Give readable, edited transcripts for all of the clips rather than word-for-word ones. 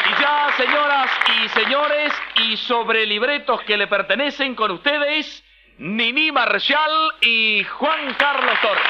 Y ya, señoras y señores, y sobre libretos que le pertenecen, con ustedes, Niní Marshall y Juan Carlos Torres.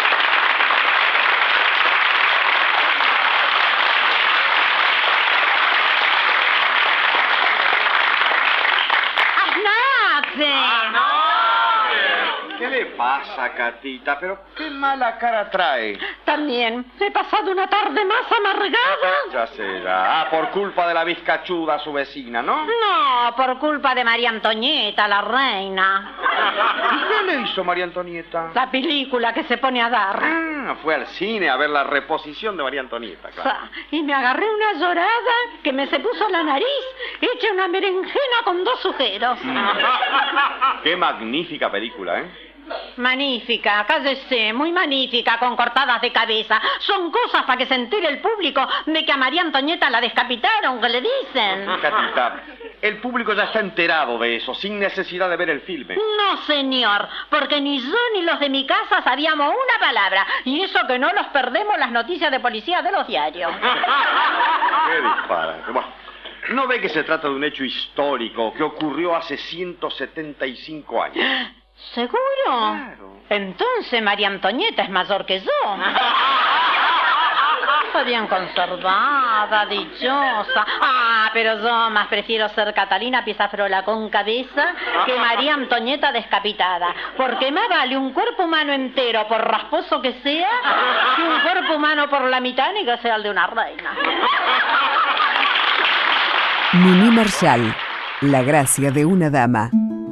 ¿Qué le pasa, Catita? Pero qué mala cara trae. También he pasado una tarde más amargada. Ya será. Ah, por culpa de la bizcachuda, su vecina, ¿no? No, por culpa de María Antonieta, la reina. ¿Y qué le hizo María Antonieta? La película que se pone a dar. Ah, fue al cine a ver la reposición de María Antonieta, claro. Y me agarré una llorada que me se puso la nariz, hecha una berenjena con 2 agujeros. Qué magnífica película, ¿eh? Magnífica, cállese, muy magnífica, con cortadas de cabeza. Son cosas para que se entere el público de que a María Antonieta la descapitaron, que le dicen. Catita, el público ya está enterado de eso, sin necesidad de ver el filme. No, señor, porque ni yo ni los de mi casa sabíamos una palabra. Y eso que no nos perdemos las noticias de policía de los diarios. Qué disparate. Bueno, ¿no ve que se trata de un hecho histórico que ocurrió hace 175 años? ¿Seguro? Claro. Entonces María Antonieta es mayor que yo. Está bien conservada, dichosa. Pero yo más prefiero ser Catalina Piezafrola con cabeza que María Antonieta descapitada. Porque más vale un cuerpo humano entero, por rasposo que sea, que un cuerpo humano por la mitad, ni que sea el de una reina. Niní Marshall, la gracia de una dama.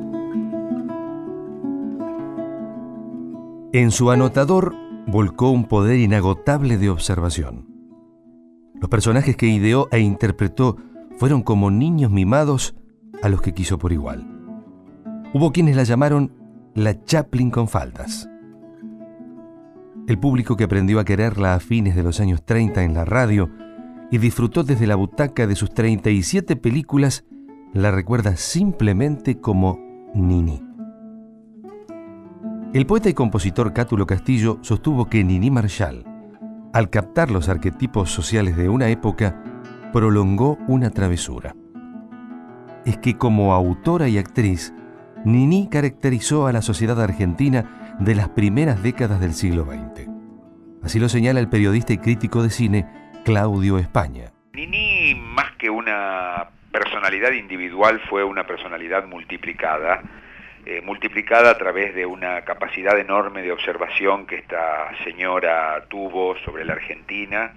En su anotador volcó un poder inagotable de observación. Los personajes que ideó e interpretó fueron como niños mimados a los que quiso por igual. Hubo quienes la llamaron la Chaplin con faldas. El público que aprendió a quererla a fines de los años 30 en la radio y disfrutó desde la butaca de sus 37 películas la recuerda simplemente como Niní. El poeta y compositor Cátulo Castillo sostuvo que Niní Marshall, al captar los arquetipos sociales de una época, prolongó una travesura. Es que como autora y actriz, Niní caracterizó a la sociedad argentina de las primeras décadas del siglo XX. Así lo señala el periodista y crítico de cine Claudio España. Niní, más que una personalidad individual, fue una personalidad multiplicada a través de una capacidad enorme de observación que esta señora tuvo sobre la Argentina.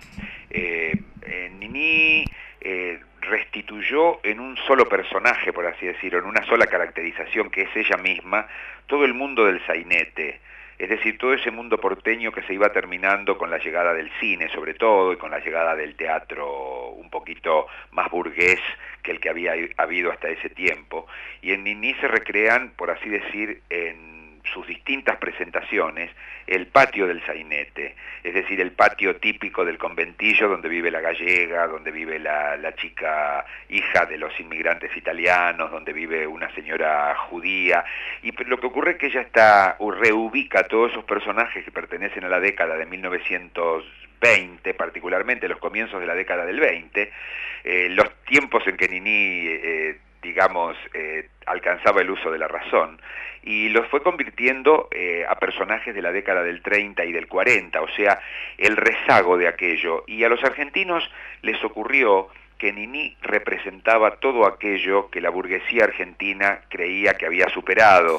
Niní restituyó en un solo personaje, por así decirlo, en una sola caracterización, que es ella misma, todo el mundo del sainete. Es decir, todo ese mundo porteño que se iba terminando con la llegada del cine, sobre todo, y con la llegada del teatro un poquito más burgués que el que había habido hasta ese tiempo. Y en Niní se recrean, por así decir, en sus distintas presentaciones, el patio del sainete, es decir, el patio típico del conventillo donde vive la gallega, donde vive la chica hija de los inmigrantes italianos, donde vive una señora judía. Y lo que ocurre es que ella reubica todos esos personajes que pertenecen a la década de 1920, particularmente los comienzos de la década del 20, los tiempos en que Niní alcanzaba el uso de la razón, y los fue convirtiendo a personajes de la década del 30 y del 40, o sea, el rezago de aquello. Y a los argentinos les ocurrió que Niní representaba todo aquello que la burguesía argentina creía que había superado.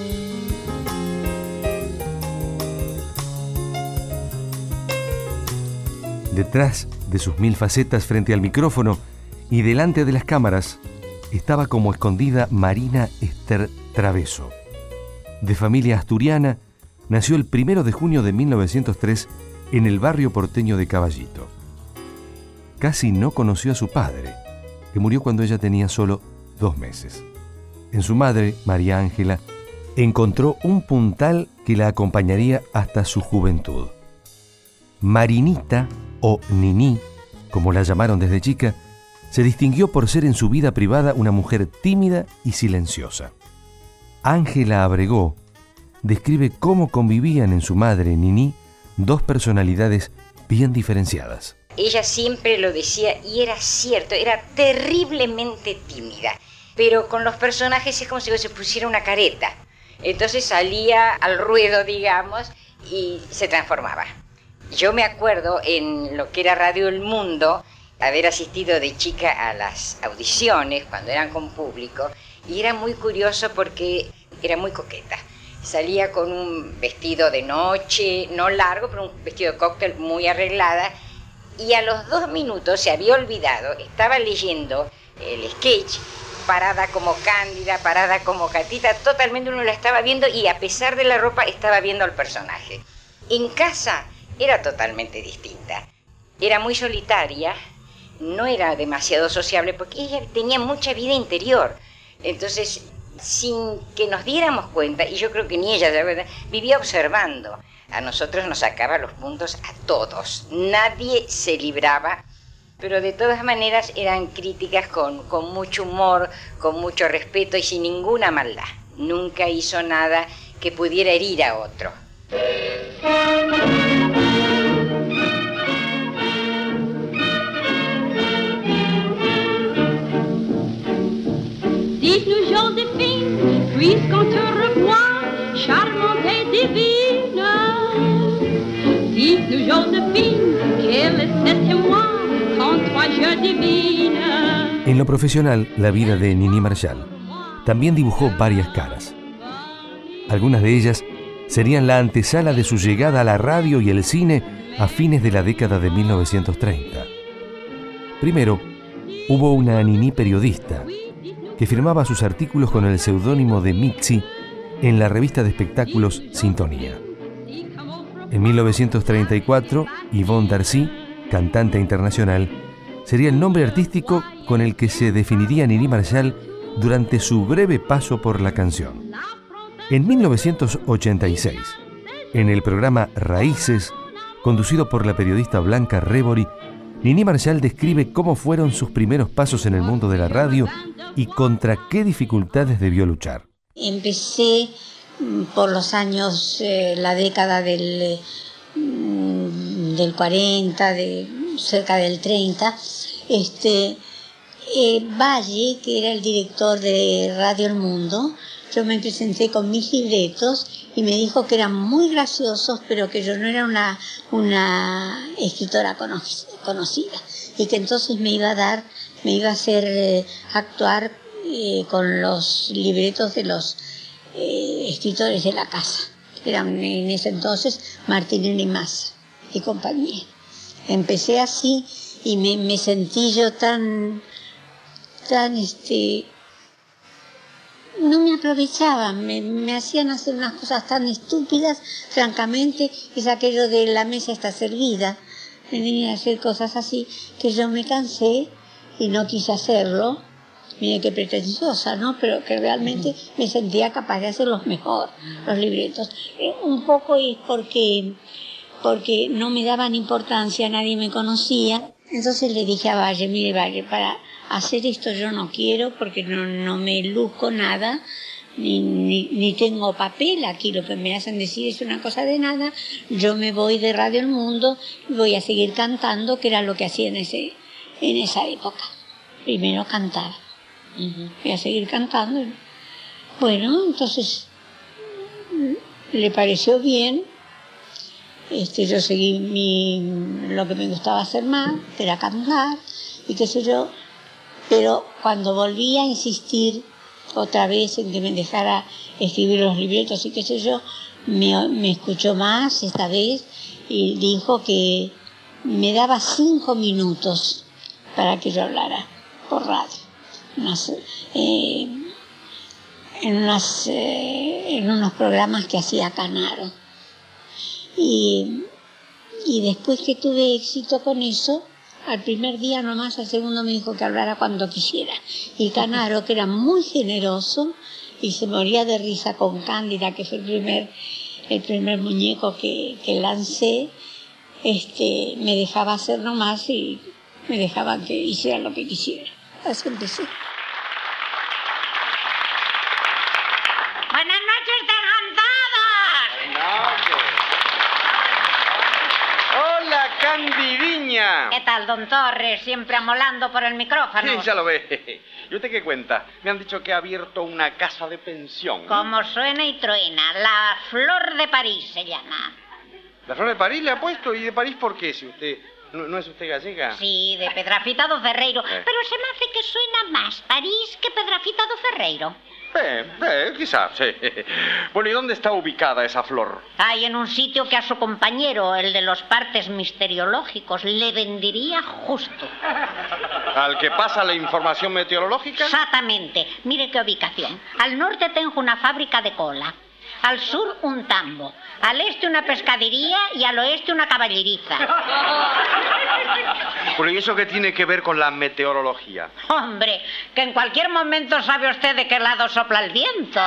Detrás de sus 1000 facetas frente al micrófono y delante de las cámaras, estaba como escondida Marina Esther Traveso. De familia asturiana, nació el 1 de junio de 1903 en el barrio porteño de Caballito. Casi no conoció a su padre, que murió cuando ella tenía solo 2 meses. En su madre, María Ángela, encontró un puntal que la acompañaría hasta su juventud. Marinita, o Niní, como la llamaron desde chica, se distinguió por ser en su vida privada una mujer tímida y silenciosa. Ángela Abregó describe cómo convivían en su madre, Niní, 2 personalidades bien diferenciadas. Ella siempre lo decía y era cierto, era terriblemente tímida. Pero con los personajes es como si se pusiera una careta. Entonces salía al ruedo, digamos, y se transformaba. Yo me acuerdo en lo que era Radio El Mundo, haber asistido de chica a las audiciones cuando eran con público, y era muy curioso porque era muy coqueta. Salía con un vestido de noche, no largo, pero un vestido de cóctel muy arreglada, y a los 2 minutos se había olvidado, estaba leyendo el sketch, parada como Cándida, parada como Catita, totalmente uno la estaba viendo y a pesar de la ropa estaba viendo al personaje. En casa era totalmente distinta. Era muy solitaria, no era demasiado sociable porque ella tenía mucha vida interior. Entonces, sin que nos diéramos cuenta, y yo creo que ni ella se da cuenta, vivía observando. A nosotros nos sacaba los puntos a todos. Nadie se libraba. Pero de todas maneras eran críticas con mucho humor, con mucho respeto y sin ninguna maldad. Nunca hizo nada que pudiera herir a otro. Dis-nous, Joséphine, puisqu'on te revoit, charmante et divine. Dis-nous, Joséphine, quel est cet émoi quand toi je divine. En lo profesional, la vida de Nini Marshall también dibujó varias caras. Algunas de ellas serían la antesala de su llegada a la radio y el cine a fines de la década de 1930. Primero, hubo una Nini periodista que firmaba sus artículos con el seudónimo de Mitzi en la revista de espectáculos Sintonía. En 1934, Yvonne Darcy, cantante internacional, sería el nombre artístico con el que se definiría Nini Marshall durante su breve paso por la canción. En 1986, en el programa Raíces, conducido por la periodista Blanca Rebori, Nini Marshall describe cómo fueron sus primeros pasos en el mundo de la radio y contra qué dificultades debió luchar. Empecé por los años, la década del 40, cerca del 30, Valle, que era el director de Radio El Mundo, yo me presenté con mis libretos y me dijo que eran muy graciosos, pero que yo no era una escritora conocida y que entonces me iba a hacer actuar con los libretos de los escritores de la casa. Eran en ese entonces Martinelli Massa y compañía. Empecé así y me sentí yo tan no me aprovechaban, me hacían hacer unas cosas tan estúpidas, francamente, es aquello de la mesa está servida, me venían a hacer cosas así, que yo me cansé y no quise hacerlo. Mire qué pretenciosa, ¿no? Pero que realmente me sentía capaz de hacerlos mejor, los libretos. Un poco es porque no me daban importancia, nadie me conocía. Entonces le dije a Valle, mire Valle, para hacer esto yo no quiero porque no me luzco nada, ni tengo papel aquí, lo que me hacen decir es una cosa de nada, yo me voy de Radio El Mundo y voy a seguir cantando, que era lo que hacía en esa época. Primero cantaba, voy a seguir cantando. Bueno, entonces le pareció bien. Yo seguí lo que me gustaba hacer más, que era cantar y qué sé yo, pero cuando volví a insistir otra vez en que me dejara escribir los libretos y qué sé yo, me escuchó más esta vez y dijo que me daba 5 minutos para que yo hablara por radio, en unos programas que hacía Canaro. Y después que tuve éxito con eso, al primer día nomás, al segundo me dijo que hablara cuando quisiera. Y Canaro, que era muy generoso y se moría de risa con Cándida, que fue el primer muñeco que lancé, me dejaba hacer nomás y me dejaba que hiciera lo que quisiera. Así empecé. Buenas noches, encantadas. Hola, Candidiña. Doña. ¿Qué tal, don Torres? Siempre amolando por el micrófono. Sí, ya lo ve. ¿Y usted qué cuenta? Me han dicho que ha abierto una casa de pensión. Como suena y truena, la Flor de París se llama. ¿La Flor de París le ha puesto? ¿Y de París por qué? Si usted... ¿No es usted gallega? Sí, de Pedrafita do Ferreiro. Pero se me hace que suena más París que Pedrafita do Ferreiro. Quizás, sí. Bueno, ¿y dónde está ubicada esa flor? Hay en un sitio que a su compañero, el de los partes misteriológicos, le vendría justo. ¿Al que pasa la información meteorológica? Exactamente. Mire qué ubicación. Al norte tengo una fábrica de cola. Al sur un tambo. Al este una pescadería y al oeste una caballeriza. Pero ¿y eso qué tiene que ver con la meteorología? Hombre, que en cualquier momento sabe usted de qué lado sopla el viento.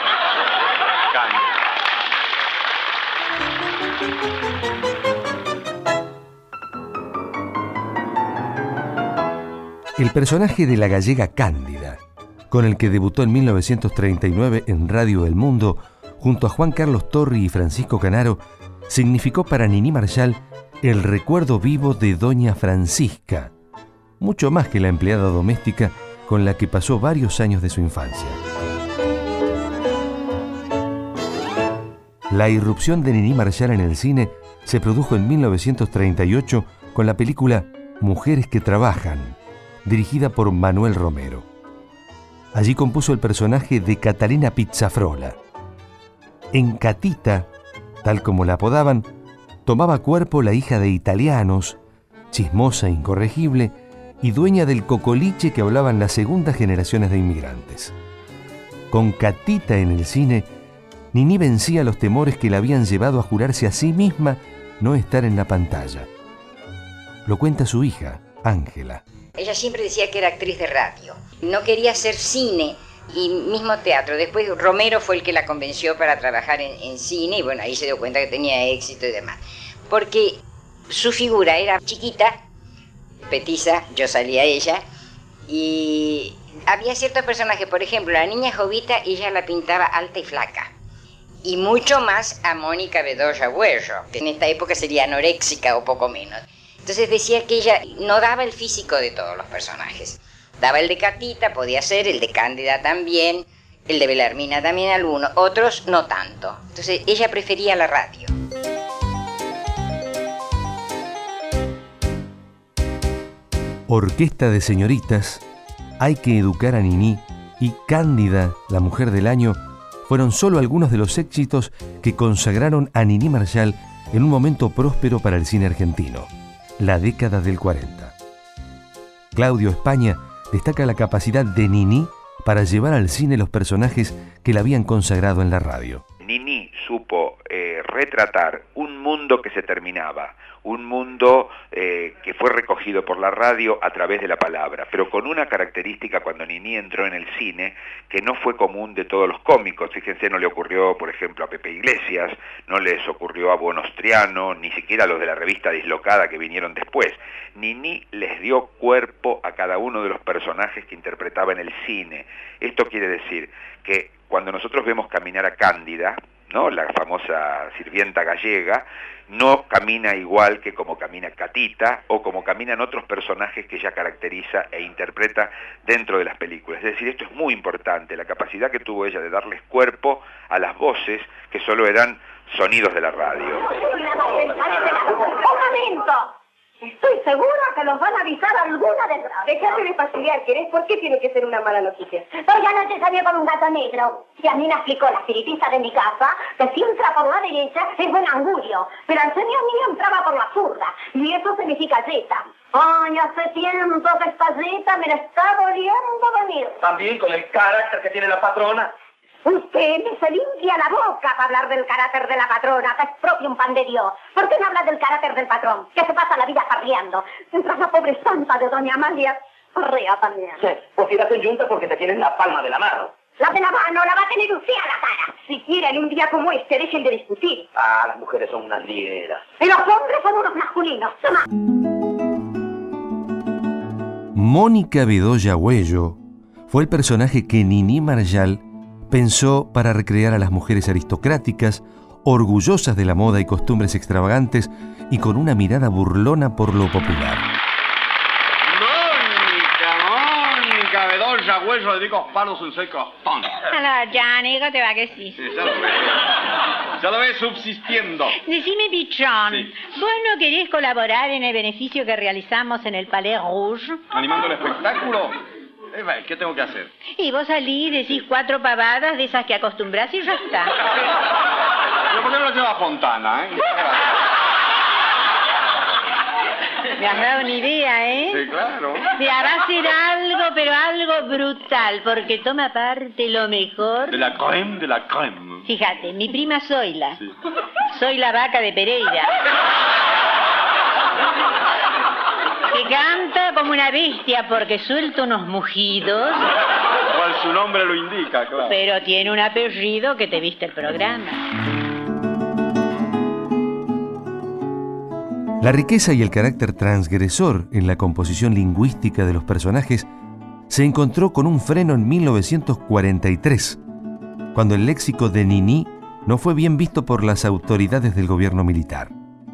El personaje de la gallega Cándida, con el que debutó en 1939 en Radio El Mundo, junto a Juan Carlos Torri y Francisco Canaro, significó para Niní Marshall el recuerdo vivo de Doña Francisca, mucho más que la empleada doméstica con la que pasó varios años de su infancia. La irrupción de Niní Marshall en el cine se produjo en 1938 con la película Mujeres que Trabajan, dirigida por Manuel Romero. Allí compuso el personaje de Catalina Pizzafrola. En Catita, tal como la apodaban, tomaba cuerpo la hija de italianos, chismosa e incorregible, y dueña del cocoliche que hablaban las segundas generaciones de inmigrantes. Con Catita en el cine, Niní vencía los temores que la habían llevado a jurarse a sí misma no estar en la pantalla. Lo cuenta su hija, Ángela. Ella siempre decía que era actriz de radio. No quería hacer cine y mismo teatro. Después Romero fue el que la convenció para trabajar en cine y bueno, ahí se dio cuenta que tenía éxito y demás. Porque su figura era chiquita, petiza, yo salía a ella, y había ciertos personajes, por ejemplo, la niña Jovita, ella la pintaba alta y flaca. Y mucho más a Mónica Bedoya Huello, que en esta época sería anoréxica o poco menos. Entonces decía que ella no daba el físico de todos los personajes. Daba el de Catita, podía ser, el de Cándida también, el de Belarmina también algunos, otros no tanto. Entonces ella prefería la radio. Orquesta de señoritas, Hay que educar a Niní y Cándida, la mujer del año, fueron solo algunos de los éxitos que consagraron a Niní Marshall en un momento próspero para el cine argentino, la década del 40. Claudio España destaca la capacidad de Niní para llevar al cine los personajes que la habían consagrado en la radio. Niní supo retratar un mundo que se terminaba, un mundo que fue recogido por la radio a través de la palabra, pero con una característica cuando Niní entró en el cine que no fue común de todos los cómicos. Fíjense, no le ocurrió, por ejemplo, a Pepe Iglesias, no les ocurrió a Buonostriano, ni siquiera a los de la revista Dislocada que vinieron después. Niní les dio cuerpo a cada uno de los personajes que interpretaba en el cine. Esto quiere decir que cuando nosotros vemos caminar a Cándida, ¿no?, la famosa sirvienta gallega, no camina igual que como camina Catita o como caminan otros personajes que ella caracteriza e interpreta dentro de las películas. Es decir, esto es muy importante, la capacidad que tuvo ella de darles cuerpo a las voces que solo eran sonidos de la radio. ¡Un momento! Estoy segura que los van a avisar alguna desgracia. Déjame de fastidiar, ¿querés? ¿Por qué tiene que ser una mala noticia? Pero ya no te salió con un gato negro. Y a mí me explicó la spiritista de mi casa que si entra por la derecha es buen augurio, pero el señor mío entraba por la zurda, y eso significa yeta. Ay, hace tiempo que esta yeta me la está doliendo venir. También con el carácter que tiene la patrona. Usted me se limpia la boca para hablar del carácter de la patrona, que es propio un pan de Dios. ¿Por qué no habla del carácter del patrón, que se pasa la vida farreando? Mientras la pobre santa de doña Amalia farrea también. Sí, pues irás en yunta porque te tienes la palma de la mano. La de la mano la va a tener usted a la cara. Si quieren un día como este, dejen de discutir. Ah, las mujeres son unas lieras. Y los hombres son unos masculinos. Toma. Mónica Bedoya Huello fue el personaje que Niní Marshall pensó para recrear a las mujeres aristocráticas, orgullosas de la moda y costumbres extravagantes, y con una mirada burlona por lo popular. Mónica, Bedoya, hueso de ricos palos en secos. Allora, Gianni, te va che sì? Sí, ya lo ves subsistiendo. Decime, pichón, Sí. ¿vos no querés colaborar en el beneficio que realizamos en el Palais Rouge? ¿Animando el espectáculo? ¿Qué tengo que hacer? Y vos salís, decís 4 pavadas de esas que acostumbrás y ya está. ¿Pero por qué no lo lleva a Fontana, Me has dado una idea, ¿eh? Sí, claro. Mira, va a ser algo, pero algo brutal, porque toma parte lo mejor. De la crème de la crème. Fíjate, mi prima Zoila. Sí. Soy la vaca de Pereira. Que canta como una bestia porque suelta unos mugidos. Cual su nombre lo indica, claro. Pero tiene un apellido que te viste el programa. La riqueza y el carácter transgresor en la composición lingüística de los personajes se encontró con un freno en 1943, cuando el léxico de Nini no fue bien visto por las autoridades del gobierno militar.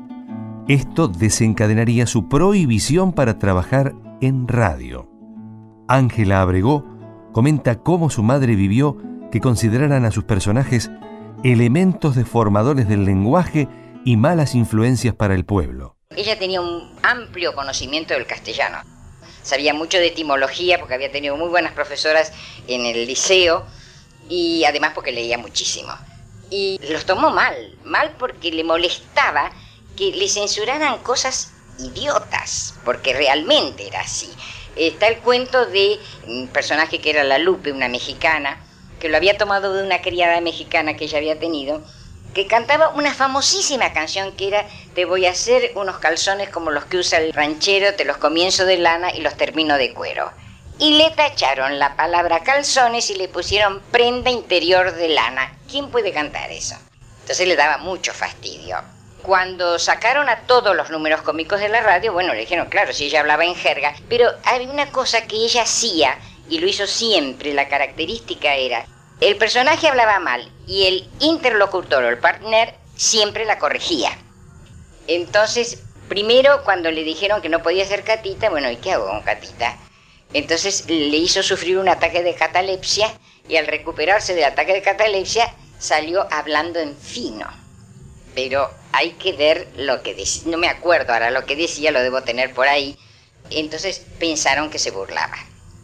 Esto desencadenaría su prohibición para trabajar en radio. Ángela Abregó comenta cómo su madre vivió que consideraran a sus personajes elementos deformadores del lenguaje y malas influencias para el pueblo. Ella tenía un amplio conocimiento del castellano. Sabía mucho de etimología porque había tenido muy buenas profesoras en el liceo y además porque leía muchísimo. Y los tomó mal porque le molestaba que le censuraran cosas idiotas, porque realmente era así. Está el cuento de un personaje que era la Lupe, una mexicana, que lo había tomado de una criada mexicana que ella había tenido, que cantaba una famosísima canción que era: te voy a hacer unos calzones como los que usa el ranchero, te los comienzo de lana y los termino de cuero. Y le tacharon la palabra calzones y le pusieron prenda interior de lana. ¿Quién puede cantar eso? Entonces le daba mucho fastidio. Cuando sacaron a todos los números cómicos de la radio, bueno, le dijeron, claro, si ella hablaba en jerga, pero había una cosa que ella hacía, y lo hizo siempre, la característica era, el personaje hablaba mal, y el interlocutor o el partner siempre la corregía. Entonces, primero, cuando le dijeron que no podía ser Catita, bueno, ¿y qué hago con Catita? Entonces le hizo sufrir un ataque de catalepsia, y al recuperarse del ataque de catalepsia, salió hablando en fino. Pero hay que ver lo que decía, no me acuerdo ahora lo que decía, lo debo tener por ahí. Entonces pensaron que se burlaba.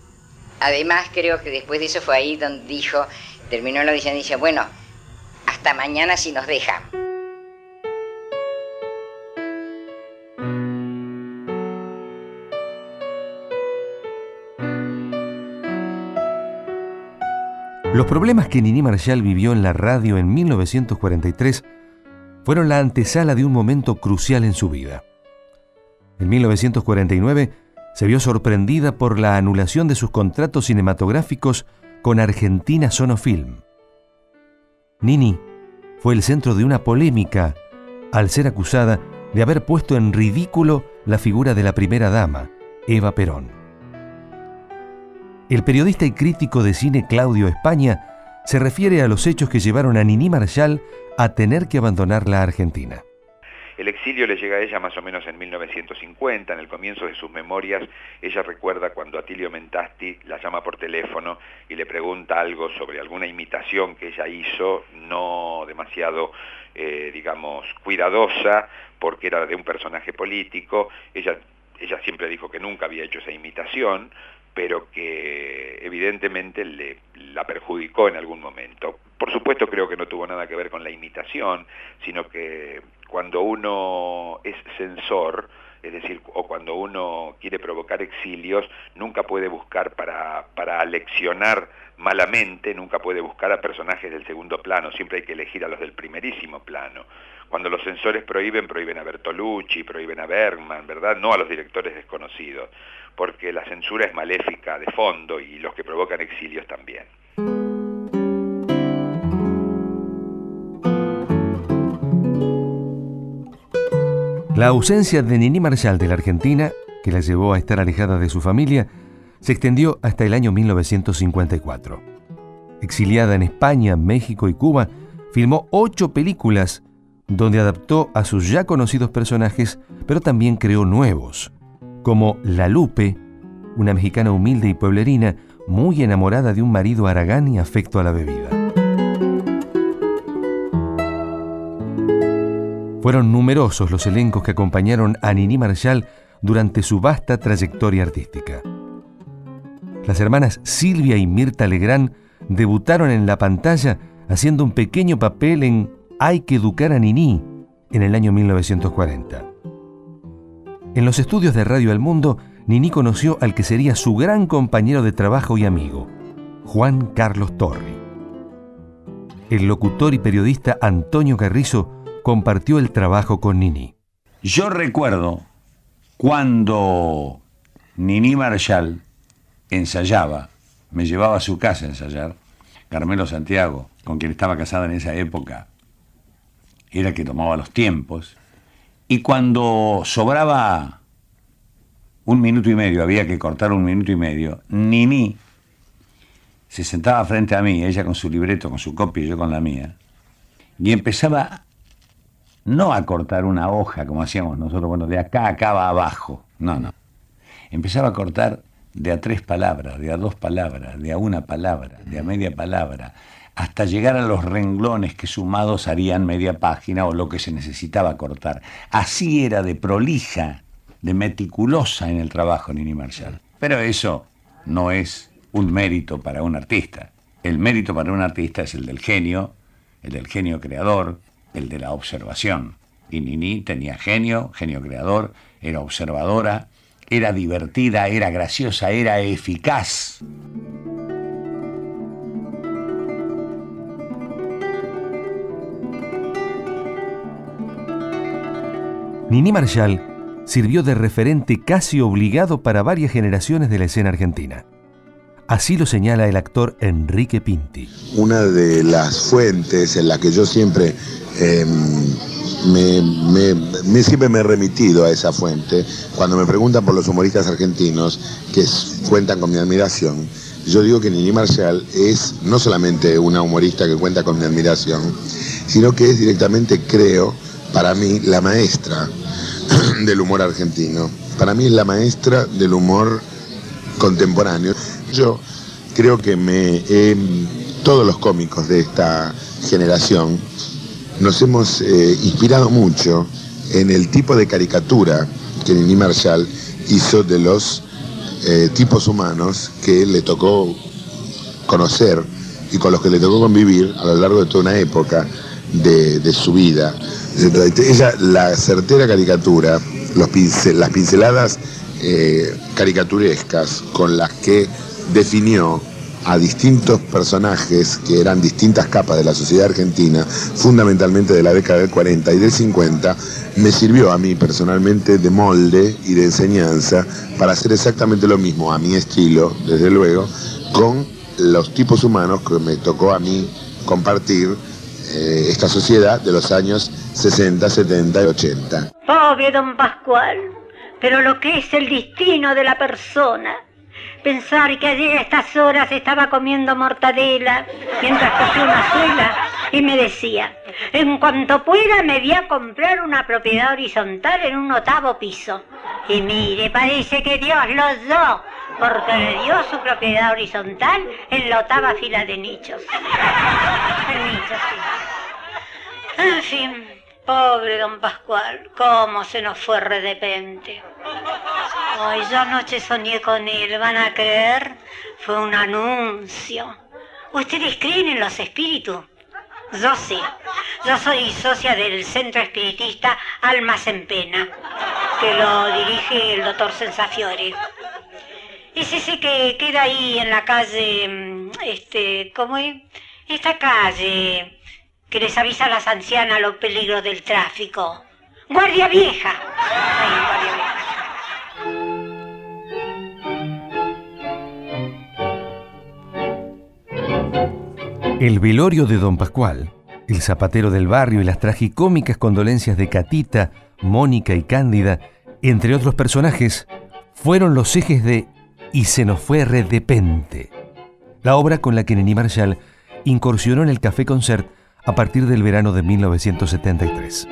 Además creo que después de eso fue ahí donde dijo, terminó la audición y dice, bueno, hasta mañana si nos deja. Los problemas que Nini Marshall vivió en la radio en 1943 fueron la antesala de un momento crucial en su vida. En 1949 se vio sorprendida por la anulación de sus contratos cinematográficos con Argentina Sonofilm. Nini fue el centro de una polémica al ser acusada de haber puesto en ridículo la figura de la primera dama, Eva Perón. El periodista y crítico de cine Claudio España se refiere a los hechos que llevaron a Nini Marshall a tener que abandonar la Argentina. El exilio le llega a ella más o menos en 1950, en el comienzo de sus memorias. Ella recuerda cuando Atilio Mentasti la llama por teléfono y le pregunta algo sobre alguna imitación que ella hizo, no demasiado, digamos, cuidadosa, porque era de un personaje político. Ella siempre dijo que nunca había hecho esa imitación, pero que evidentemente la perjudicó en algún momento. Por supuesto creo que no tuvo nada que ver con la imitación, sino que cuando uno es censor, es decir, o cuando uno quiere provocar exilios, nunca puede buscar para aleccionar malamente, nunca puede buscar a personajes del segundo plano, siempre hay que elegir a los del primerísimo plano. Cuando los censores prohíben a Bertolucci, prohíben a Bergman, ¿verdad? No a los directores desconocidos, porque la censura es maléfica de fondo y los que provocan exilios también. La ausencia de Nini Marshall de la Argentina, que la llevó a estar alejada de su familia, se extendió hasta el año 1954. Exiliada en España, México y Cuba, filmó 8 películas, donde adaptó a sus ya conocidos personajes, pero también creó nuevos, como La Lupe, una mexicana humilde y pueblerina, muy enamorada de un marido haragán y afecto a la bebida. Fueron numerosos los elencos que acompañaron a Niní Marshall durante su vasta trayectoria artística. Las hermanas Silvia y Mirta Legrand debutaron en la pantalla haciendo un pequeño papel en Hay que educar a Niní en el año 1940. En los estudios de Radio El Mundo, Niní conoció al que sería su gran compañero de trabajo y amigo, Juan Carlos Torri. El locutor y periodista Antonio Carrizo compartió el trabajo con Niní. Yo recuerdo cuando Niní Marshall ensayaba, me llevaba a su casa a ensayar, Carmelo Santiago, con quien estaba casada en esa época, era el que tomaba los tiempos, y cuando sobraba 1 minuto y medio, había que cortar 1 minuto y medio, Niní se sentaba frente a mí, ella con su libreto, con su copia y yo con la mía, y empezaba no a cortar una hoja como hacíamos nosotros, bueno, de acá a acá va abajo, no. Empezaba a cortar de a 3 palabras, de a 2 palabras, de a 1 palabra, de a media palabra, hasta llegar a los renglones que sumados harían media página o lo que se necesitaba cortar. Así era de prolija, de meticulosa en el trabajo Niní Marshall. Pero eso no es un mérito para un artista. El mérito para un artista es el del genio creador, el de la observación. Y Niní tenía genio creador, era observadora, era divertida, era graciosa, era eficaz. Niní Marshall sirvió de referente casi obligado para varias generaciones de la escena argentina. Así lo señala el actor Enrique Pinti. Una de las fuentes en la que yo siempre siempre me he remitido a esa fuente, cuando me preguntan por los humoristas argentinos que cuentan con mi admiración, yo digo que Niní Marshall es no solamente una humorista que cuenta con mi admiración, sino que es directamente, creo, para mí, la maestra del humor argentino. Para mí es la maestra del humor contemporáneo. Yo creo que todos los cómicos de esta generación nos hemos inspirado mucho en el tipo de caricatura que Niní Marshall hizo de los tipos humanos que le tocó conocer y con los que le tocó convivir a lo largo de toda una época de su vida. Ella, la certera caricatura, las pinceladas caricaturescas con las que definió a distintos personajes que eran distintas capas de la sociedad argentina, fundamentalmente de la década del 40 y del 50, me sirvió a mí personalmente de molde y de enseñanza para hacer exactamente lo mismo, a mi estilo, desde luego, con los tipos humanos que me tocó a mí compartir esta sociedad de los años 60, 70 y 80. Pobre don Pascual, pero lo que es el destino de la persona. Pensar que ayer a estas horas estaba comiendo mortadela mientras cocía una suela y me decía, en cuanto pueda me voy a comprar una propiedad horizontal en un 8º piso. Y mire, parece que Dios los dio, porque le dio su propiedad horizontal en la 8ª fila de nichos. En nichos, sí. En fin, pobre don Pascual, cómo se nos fue de repente. Hoy yo anoche soñé con él, ¿van a creer? Fue un anuncio. ¿Ustedes creen en los espíritus? Yo sí. Yo soy socia del Centro Espiritista Almas en Pena, que lo dirige el doctor Sensafiore. Es ese que queda ahí en la calle, ¿cómo es? Esta calle que les avisa a las ancianas los peligros del tráfico. Guardia Vieja. Ahí, Guardia Vieja. El velorio de don Pascual, el zapatero del barrio y las tragicómicas condolencias de Catita, Mónica y Cándida, entre otros personajes, fueron los ejes de Y se nos fue de repente, la obra con la que Niní Marshall incursionó en el Café Concert a partir del verano de 1973.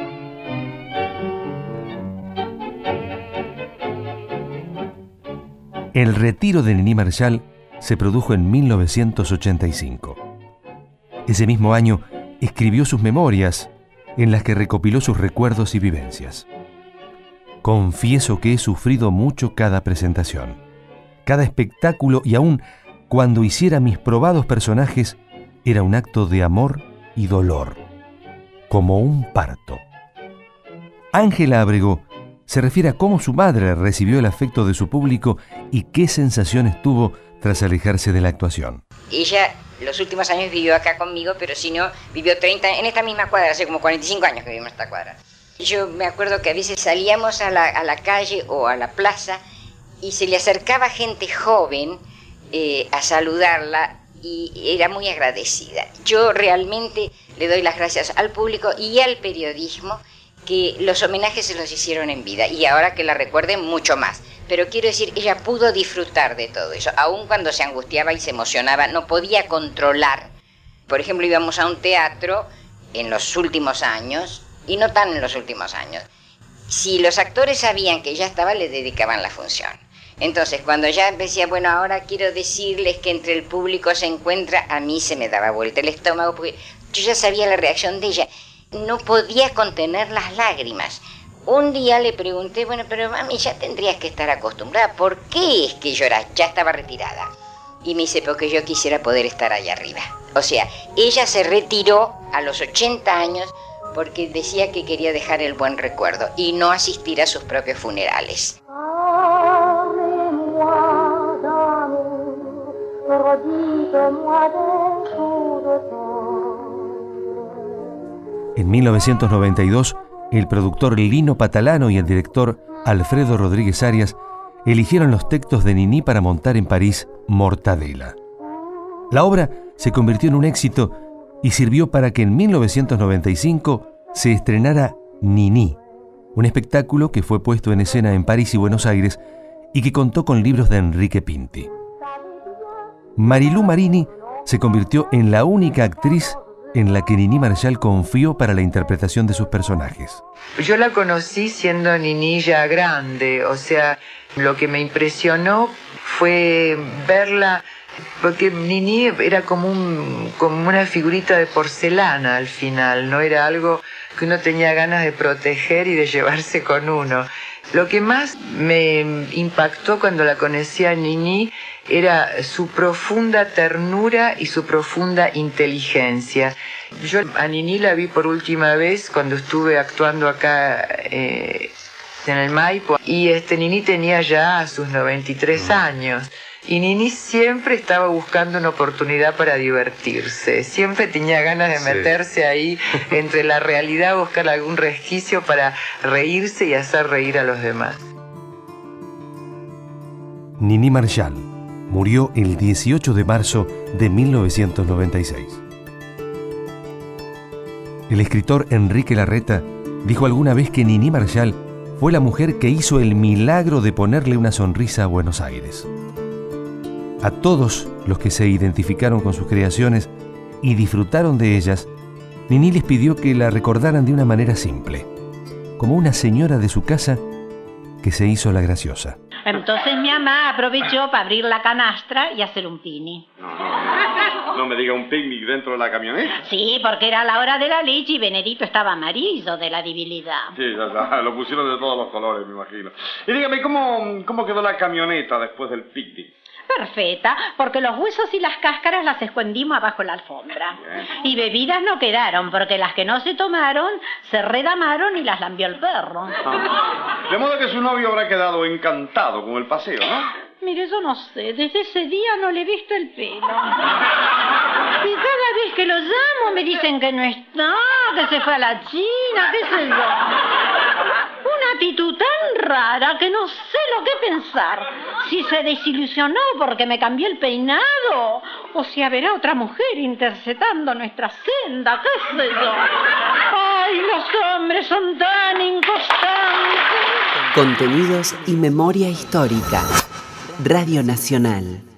El retiro de Nini Marshall se produjo en 1985. Ese mismo año escribió sus memorias, en las que recopiló sus recuerdos y vivencias. Confieso que he sufrido mucho cada presentación, cada espectáculo, y aún cuando hiciera mis probados personajes, era un acto de amor y dolor, como un parto. Ángela Abrego se refiere a cómo su madre recibió el afecto de su público y qué sensaciones tuvo tras alejarse de la actuación. Ella los últimos años vivió acá conmigo, pero si no, vivió 30 en esta misma cuadra, hace como 45 años que vivimos en esta cuadra. Yo me acuerdo que a veces salíamos a la calle o a la plaza y se le acercaba gente joven a saludarla y era muy agradecida. Yo realmente le doy las gracias al público y al periodismo, que los homenajes se los hicieron en vida y ahora que la recuerden mucho más. Pero quiero decir, ella pudo disfrutar de todo eso, aun cuando se angustiaba y se emocionaba, no podía controlar. Por ejemplo, íbamos a un teatro en los últimos años, y no tan en los últimos años. Si los actores sabían que ella estaba, le dedicaban la función. Entonces, cuando ya decía, bueno, ahora quiero decirles que entre el público se encuentra, a mí se me daba vuelta el estómago, porque yo ya sabía la reacción de ella. No podía contener las lágrimas. Un día le pregunté, bueno, pero mami, ya tendrías que estar acostumbrada. ¿Por qué es que lloras? Ya estaba retirada. Y me dice, porque yo quisiera poder estar allá arriba. O sea, ella se retiró a los 80 años porque decía que quería dejar el buen recuerdo y no asistir a sus propios funerales. En 1992, el productor Lino Patalano y el director Alfredo Rodríguez Arias eligieron los textos de Nini para montar en París Mortadela. La obra se convirtió en un éxito y sirvió para que en 1995 se estrenara Nini, un espectáculo que fue puesto en escena en París y Buenos Aires y que contó con libros de Enrique Pinti. Marilú Marini se convirtió en la única actriz en la que Nini Marshall confió para la interpretación de sus personajes. Yo la conocí siendo Nini ya grande, o sea, lo que me impresionó fue verla, porque Nini era como una figurita de porcelana al final, no era algo que uno tenía ganas de proteger y de llevarse con uno. Lo que más me impactó cuando la conocí a Nini era su profunda ternura y su profunda inteligencia. Yo a Nini la vi por última vez cuando estuve actuando acá en el Maipo, y Nini tenía ya sus 93 años. Y Nini siempre estaba buscando una oportunidad para divertirse, siempre tenía ganas de meterse ahí entre la realidad, buscar algún resquicio para reírse y hacer reír a los demás. Nini Marshall murió el 18 de marzo de 1996. El escritor Enrique Larreta dijo alguna vez que Nini Marshall fue la mujer que hizo el milagro de ponerle una sonrisa a Buenos Aires. A todos los que se identificaron con sus creaciones y disfrutaron de ellas, Nini les pidió que la recordaran de una manera simple, como una señora de su casa que se hizo la graciosa. Entonces mi mamá aprovechó para abrir la canastra y hacer un picnic. No me diga un picnic dentro de la camioneta. Sí, porque era la hora de la leche y Benedito estaba amarillo de la debilidad. Sí, ya, lo pusieron de todos los colores, me imagino. Y dígame, ¿cómo quedó la camioneta después del picnic? Perfecta, porque los huesos y las cáscaras las escondimos abajo la alfombra. Bien. Y bebidas no quedaron, porque las que no se tomaron se redamaron y las lambió el perro. De modo que su novio habrá quedado encantado con el paseo, ¿no? Mire, yo no sé, desde ese día no le he visto el pelo. Y cada vez que lo llamo me dicen que no está, que se fue a la China, qué sé yo. Una actitud tan rara que no sé lo que pensar. Si se desilusionó porque me cambió el peinado, o si habrá otra mujer interceptando nuestra senda, qué sé yo. ¡Ay, los hombres son tan inconstantes! Contenidos y memoria histórica. Radio Nacional.